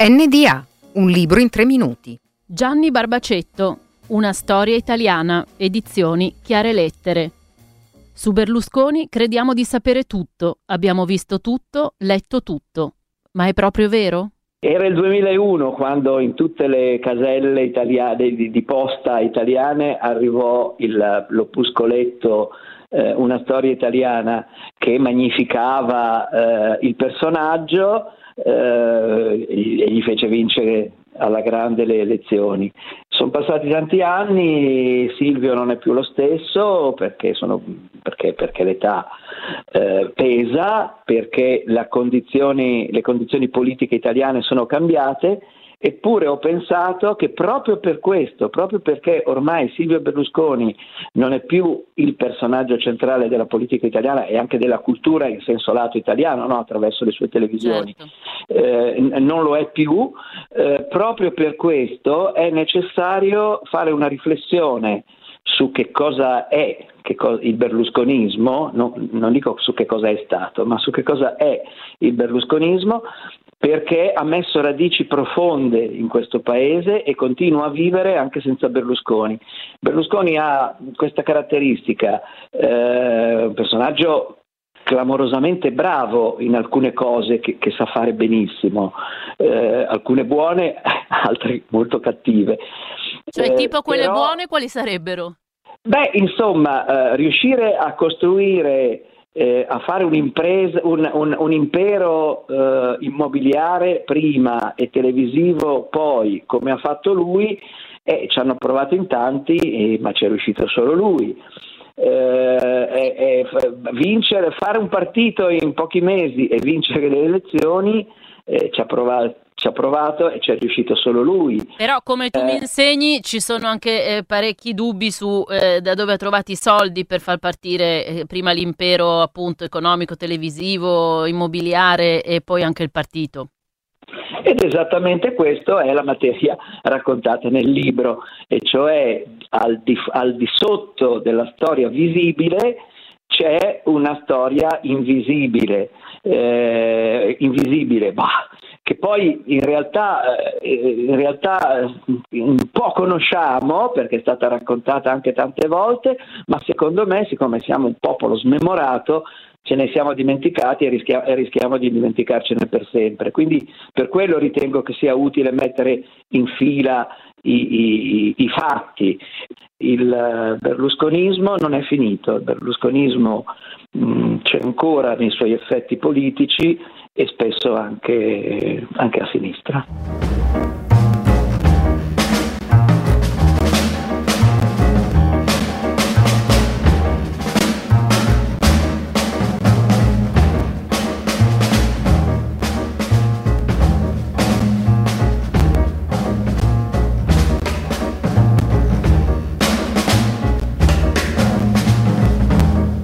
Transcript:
NDA, un libro in 3 minuti. Gianni Barbacetto, una storia italiana, edizioni Chiare Lettere. Su Berlusconi crediamo di sapere tutto, abbiamo visto tutto, letto tutto. Ma è proprio vero? Era il 2001 quando in tutte le caselle italiane, di posta italiane arrivò l'opuscoletto Una storia italiana, che magnificava il personaggio e gli fece vincere alla grande le elezioni. Sono passati tanti anni, Silvio non è più lo stesso perché l'età pesa, perché le condizioni politiche italiane sono cambiate. Eppure ho pensato che proprio per questo, proprio perché ormai Silvio Berlusconi non è più il personaggio centrale della politica italiana e anche della cultura in senso lato italiano, no? Attraverso le sue televisioni, certo. Non lo è più, proprio per questo è necessario fare una riflessione su che cosa è il berlusconismo, non dico su che cosa è stato, ma su che cosa è il berlusconismo, perché ha messo radici profonde in questo paese e continua a vivere anche senza Berlusconi. Berlusconi ha questa caratteristica, un personaggio clamorosamente bravo in alcune cose che sa fare benissimo, alcune buone, altre molto cattive. Cioè tipo quelle buone quali sarebbero? Beh, insomma, riuscire a costruire, a fare un'impresa, un impero immobiliare prima e televisivo poi, come ha fatto lui, ci hanno provato in tanti, ma ci è riuscito solo lui. Vincere, fare un partito in pochi mesi e vincere le elezioni, ci ha provato e ci è riuscito solo lui. Però come tu mi insegni ci sono anche parecchi dubbi su da dove ha trovato i soldi per far partire prima l'impero appunto economico, televisivo, immobiliare e poi anche il partito. Ed esattamente questo è la materia raccontata nel libro, e cioè al di sotto della storia visibile c'è una storia invisibile, che poi in realtà un po' conosciamo perché è stata raccontata anche tante volte, ma secondo me, siccome siamo un popolo smemorato, ce ne siamo dimenticati e rischiamo di dimenticarcene per sempre. Quindi per quello ritengo che sia utile mettere in fila i fatti. Il berlusconismo non è finito, il berlusconismo c'è ancora nei suoi effetti politici e spesso anche a sinistra.